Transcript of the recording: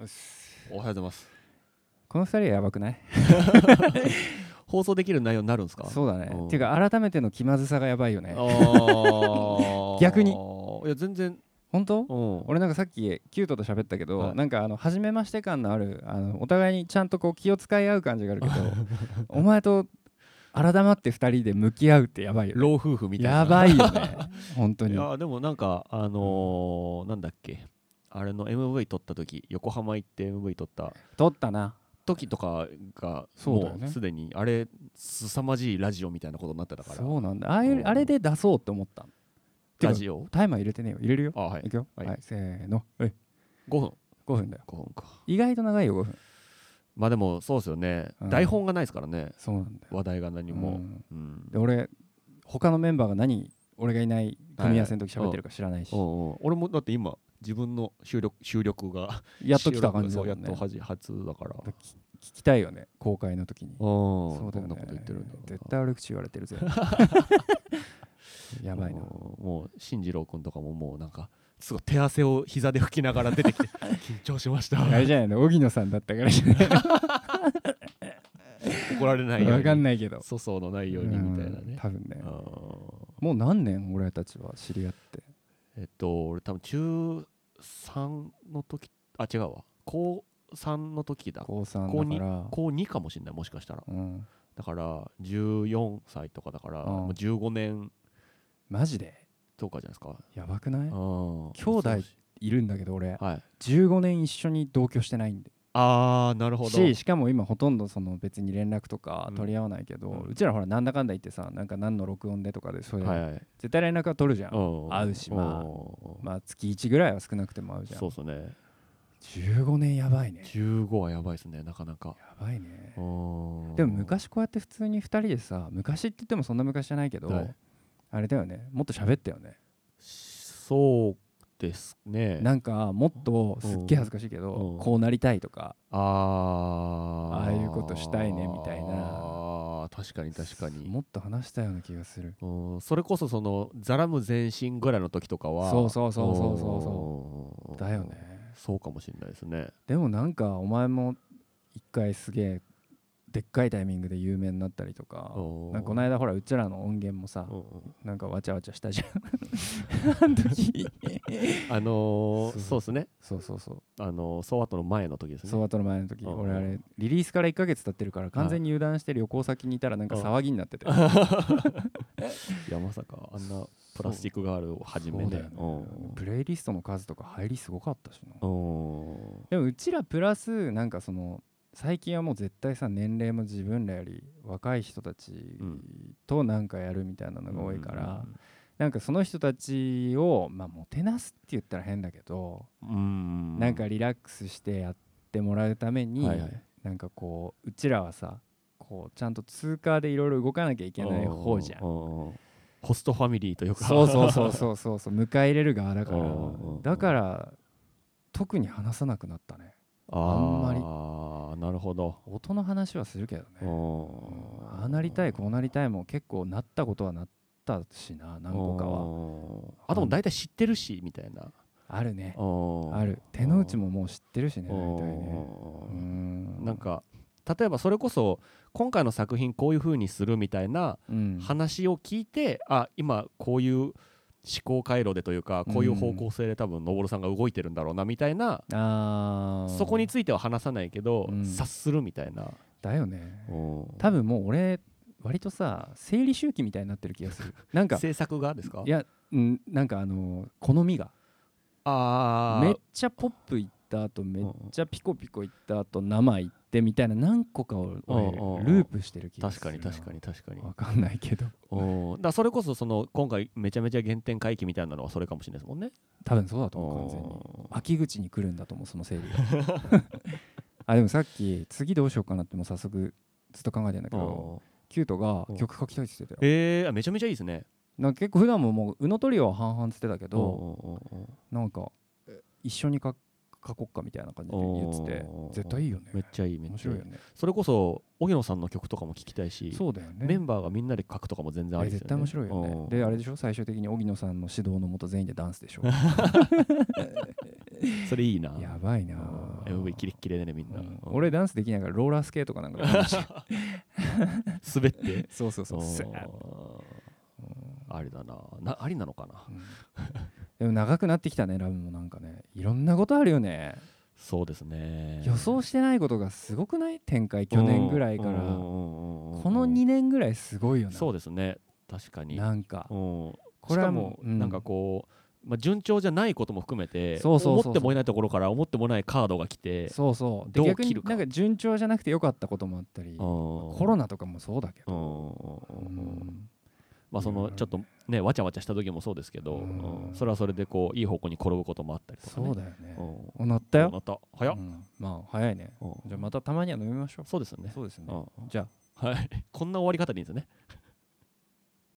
うっす。 おはようございます。 この2人はやばくない？ 放送できる内容になるんですか？ そうだね。っていうか改めての気まずさがやばいよね。 あ逆に。 いや全然。 本当？俺なんかさっきキュートと喋ったけど、はい、なんか初めまして感のあるお互いにちゃんとこう気を使い合う感じがあるけどお前と改まって2人で向き合うってやばいよね。 老夫婦みたいな。 やばいよね本当に。 いやでもなんかなんだっけ、あれの MV 撮った時、横浜行って MV 撮ったな時とかがもうすでにあれ凄まじいラジオみたいなことになってたから。 そうなんだ。あれで出そうって思ったラジオ。 タイマー入れてねえよ。入れるよ。 はい。 いくよ。はい、せーの。5分だよ。 5分か。 意外と長いよ5分。 まあでもそうですよね、台本がないですからね。 そうなんだよ。 話題が何も。 で俺他のメンバーが俺がいない組み合わせの時喋ってるか知らないし。 俺もだって今自分の収録がやっと来た感じだもんね。 やっと初だから。 聞きたいよね、公開の時に。 そうだよね。どんなこと言ってるんだろう。 絶対悪口言われてるぜ。やばいな。 もう進次郎くんとかももうなんかすごい手汗を膝で拭きながら出てきて緊張しました。 あれじゃないの、荻野さんだったからじゃないの。 怒られないように。 分かんないけど。 粗相のないようにみたいなね。 多分ね。もう何年俺たちは知り合って。 俺多分中3の時、違うわ、高3の時だ。 高3だから高2かもしれない、もしかしたら。だから14歳とかだからもう15年マジでとかじゃないですか。 やばくない？兄弟いるんだけど俺、 はい、 15年一緒に同居してないんで。 なるほど。 しかも今ほとんど別に連絡とか取り合わないけど、うちらほらなんだかんだ言ってさ、なんか何の録音でとかでそういう、絶対連絡は取るじゃん。会うし、まあ月1ぐらいは少なくても会うじゃん。 そうですね。 15年やばいね。 15はやばいですね、なかなか。 やばいね。でも昔こうやって普通に2人でさ、昔って言ってもそんな昔じゃないけど、あれだよね、もっと喋ったよね。 そうですね。 なんかもっとすっげえ恥ずかしいけど、こうなりたいとか、ああいうことしたいねみたいな。 確かに確かに。 もっと話したような気がする。 それこそザラム全身ぐらいの時とかは。 そうだよね。 そうかもしれないですね。 でもなんかお前も一回すげえでっかいタイミングで有名になったりとか、なんかこの間ほらうちらの音源もさ、なんかわちゃわちゃしたじゃん。あの時そうですね。 そうソワトの前の時ですね。 ソワトの前の時、俺あれリリースから1ヶ月経ってるから完全に油断して旅行先にいたらなんか騒ぎになってて。いやまさかあんなプラスチックガールをはじめね。 プレイリストの数とか入りすごかったしな。でもうちらプラスなんか最近はもう絶対さ、年齢も自分らより若い人たちとなんかやるみたいなのが多いから、なんかその人たちをもてなすって言ったら変だけど、なんかリラックスしてやってもらうために、なんかこううちらはさ、こうちゃんと通貨でいろいろ動かなきゃいけない方じゃん。 ホストファミリーというか。 そう迎え入れる側だから、だから特に話さなくなったね。あんまり。 なるほど。 音の話はするけどね。ああなりたいこうなりたいも結構なったことはなったしな、何個かは。 あとも大体知ってるしみたいな。 あるね。ある。手の内ももう知ってるしね、大体ね。 なんか例えばそれこそ今回の作品こういう風にするみたいな話を聞いて、今こういう思考回路でというか、こういう方向性で多分のぼるさんが動いてるんだろうなみたいな、そこについては話さないけど、察するみたいな。 だよね。多分もう俺割とさ、生理周期みたいになってる気がする。なんか制作がですか？ いや、なんか好みがめっちゃポップいった後、めっちゃピコピコいった後、生いってみたいな何個かをループしてる気がする。 確かに分かんないけど。 だそれこそ今回めちゃめちゃ原点回帰みたいなのはそれかもしれないですもんね。 多分そうだと思う。完全に秋口に来るんだと思う、その整理が。でもさっき次どうしようかなってもう早速ずっと考えてるんだけど、キュートが曲書きたいって言ってたよ。めちゃめちゃいいですね。 なんか結構普段ももううのトリオは半々って言ってたけど、なんか一緒に書こっかみたいな感じで言ってて、絶対いいよね。 めっちゃいい。 面白いよね。 それこそ荻野さんの曲とかも聴きたいし、 そうだよね。 メンバーがみんなで書くとかも全然ありですよね。 絶対面白いよね。であれでしょ、最終的に荻野さんの指導のもと全員でダンスでしょ。 それいいな。 やばいな。 MV キレッキレでねみんな、 俺ダンスできないからローラースケートかなんか滑ってそうそうそうあれだな、ありなのかな、 でも長くなってきたねラブも。なんかねいろんなことあるよね。 そうですね、 予想してないことがすごくない？展開去年ぐらいからこの2年ぐらいすごいよな。 そうですね、確かに。 なんかこれはもうなんかこう、順調じゃないことも含めて思ってもいないところから思ってもないカードが来て、 そうそうで逆になんか順調じゃなくてよかったこともあったり、コロナとかもそうだけど、 まあそのちょっとねわちゃわちゃした時もそうですけど、それはそれでこういい方向に転ぶこともあったりとかね。 そうだよね。なったよ。 なった。早っ。 まあ早いね。じゃあまたたまには飲みましょう。 そうですね。 そうですね。じゃあはいこんな終わり方でいいんですね。